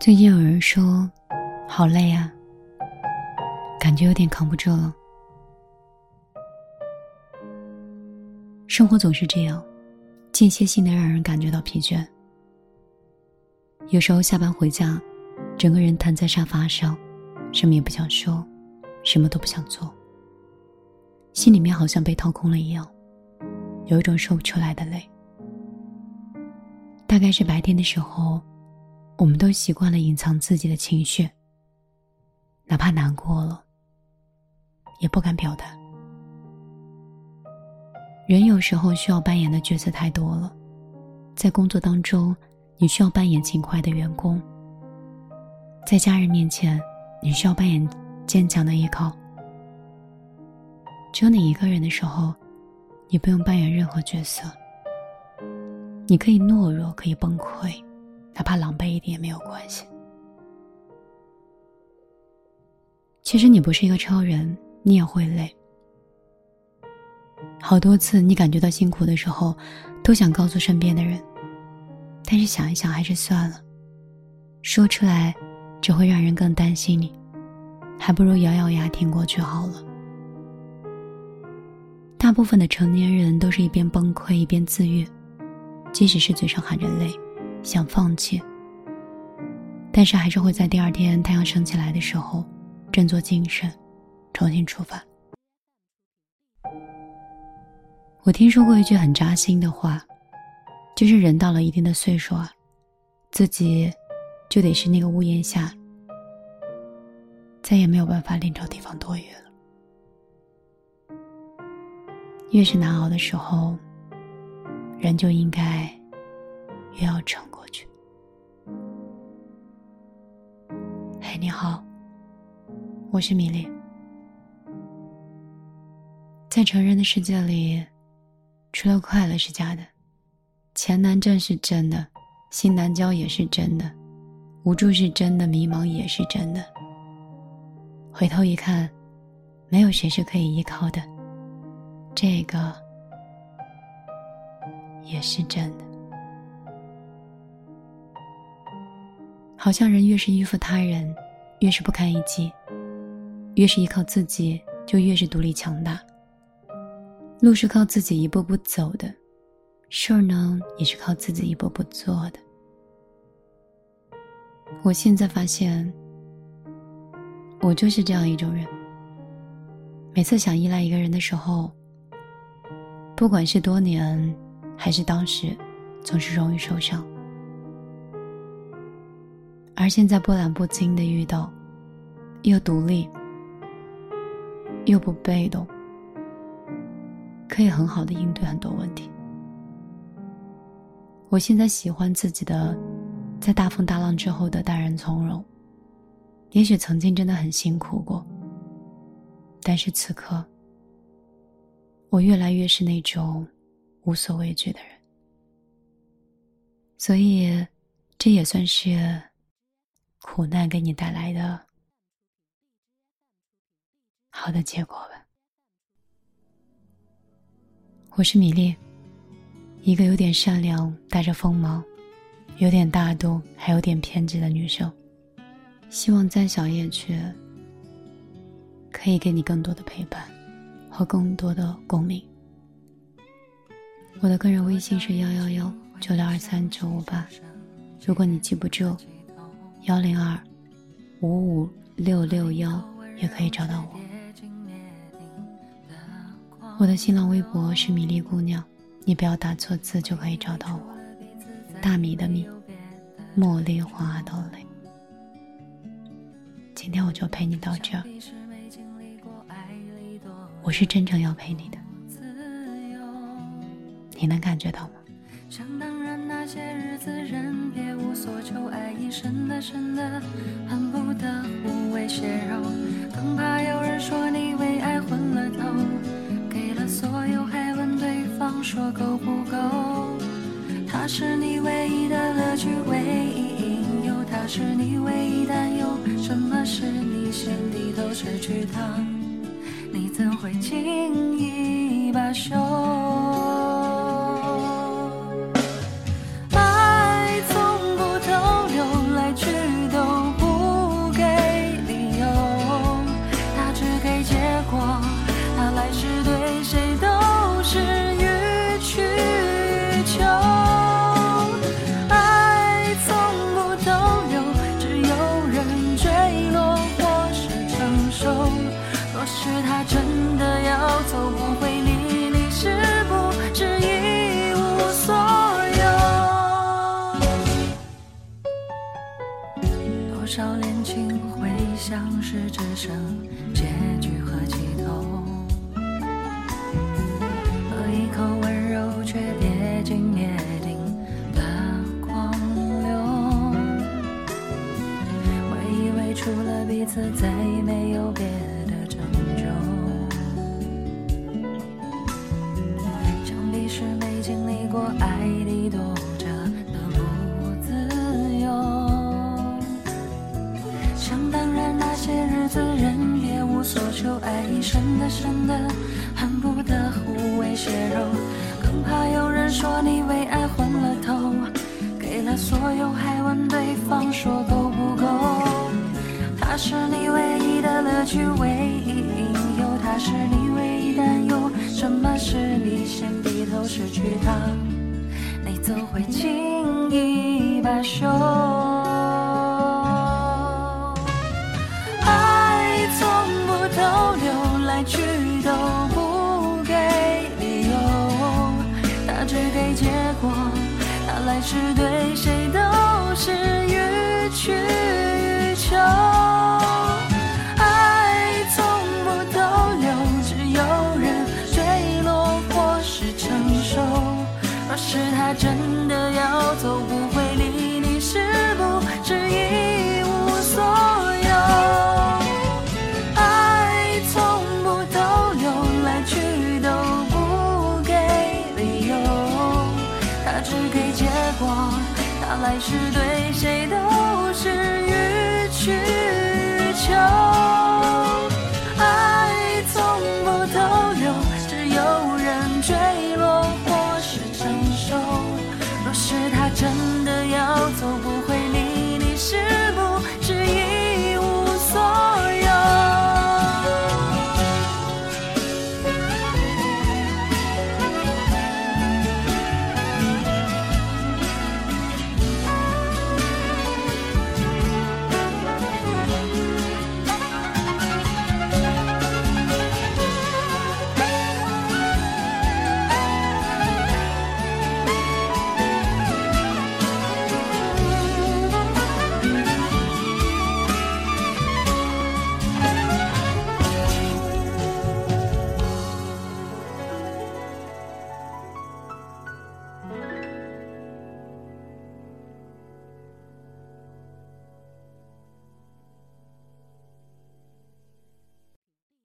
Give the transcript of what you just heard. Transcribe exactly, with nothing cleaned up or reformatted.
最近有人说好累啊，感觉有点扛不住了。生活总是这样，间歇性的让人感觉到疲倦。有时候下班回家，整个人瘫在沙发上，什么也不想说，什么都不想做，心里面好像被掏空了一样，有一种说不出来的累。大概是白天的时候，我们都习惯了隐藏自己的情绪，哪怕难过了也不敢表达。人有时候需要扮演的角色太多了，在工作当中你需要扮演勤快的员工，在家人面前你需要扮演坚强的依靠。只有你一个人的时候，你不用扮演任何角色，你可以懦弱，可以崩溃，哪怕狼狈一点也没有关系。其实你不是一个超人，你也会累。好多次你感觉到辛苦的时候，都想告诉身边的人，但是想一想还是算了，说出来只会让人更担心你，还不如咬咬牙挺过去好了。大部分的成年人都是一边崩溃一边自愈，即使是嘴上喊着累想放弃，但是还是会在第二天太阳升起来的时候振作精神，重新出发。我听说过一句很扎心的话，就是人到了一定的岁数啊，自己就得是那个屋檐下，再也没有办法另找地方躲雨了。越是难熬的时候，人就应该越要撑过去。嘿，你好，我是米粒。在成人的世界里，除了快乐是假的，钱难挣是真的，心难交也是真的，无助是真的，迷茫也是真的。回头一看，没有谁是可以依靠的，这个也是真的。好像人越是依附他人，越是不堪一击，越是依靠自己，就越是独立强大。路是靠自己一步步走的，事儿呢也是靠自己一步步做的。我现在发现，我就是这样一种人。每次想依赖一个人的时候，不管是多年还是当时，总是容易受伤。而现在波澜不惊的遇到，又独立又不被动，可以很好的应对很多问题。我现在喜欢自己的在大风大浪之后的淡然从容。也许曾经真的很辛苦过，但是此刻我越来越是那种无所畏惧的人。所以这也算是苦难给你带来的好的结果吧。我是米粒，一个有点善良，带着锋芒，有点大度，还有点偏执的女生。希望在小夜曲可以给你更多的陪伴和更多的共鸣。我的个人微信是幺幺幺九六二三九五八，如果你记不住幺零二五五六六幺也可以找到我。我的新浪微博是米粒姑娘，你不要打错字就可以找到我。大米的米，茉莉花的蕾。今天我就陪你到这儿，我是真正要陪你的，你能感觉到吗？ 想当然那些日子人别无所求，爱意深的深的恨不得无谓血肉，更怕有人说你为爱昏了头，给了所有还问对方说够不够。他是你唯一的乐趣，唯一引诱，他是你唯一担忧，什么是你心底都失去他，你怎会轻易罢休？爱从不逗留，来去都走不回离离是不是一无所有？多少恋情会像是只剩结局和起头，喝一口温柔却跌进灭顶的狂流，会以为除了彼此再没有别的拯救，想必是没经历过爱里躲着的不自由。想当然那些日子人别无所求，爱已深的深的恨不得互为血肉，更怕有人说你为爱昏了头，给了所有还问对方说够不够。他是你唯一的乐趣，唯一引诱，他是你唯一担忧，什么是你先低头失去他，你怎会轻易罢休？爱从不逗留，来去都不给理由，他只给结果，他来时对谁都是予取予求。爱从不逗留，只有人坠落或是承受，若是他真的要走不回离离是不是一无所有？爱从不逗留，来去都不给理由，他只给结果，他来时对谁都是予取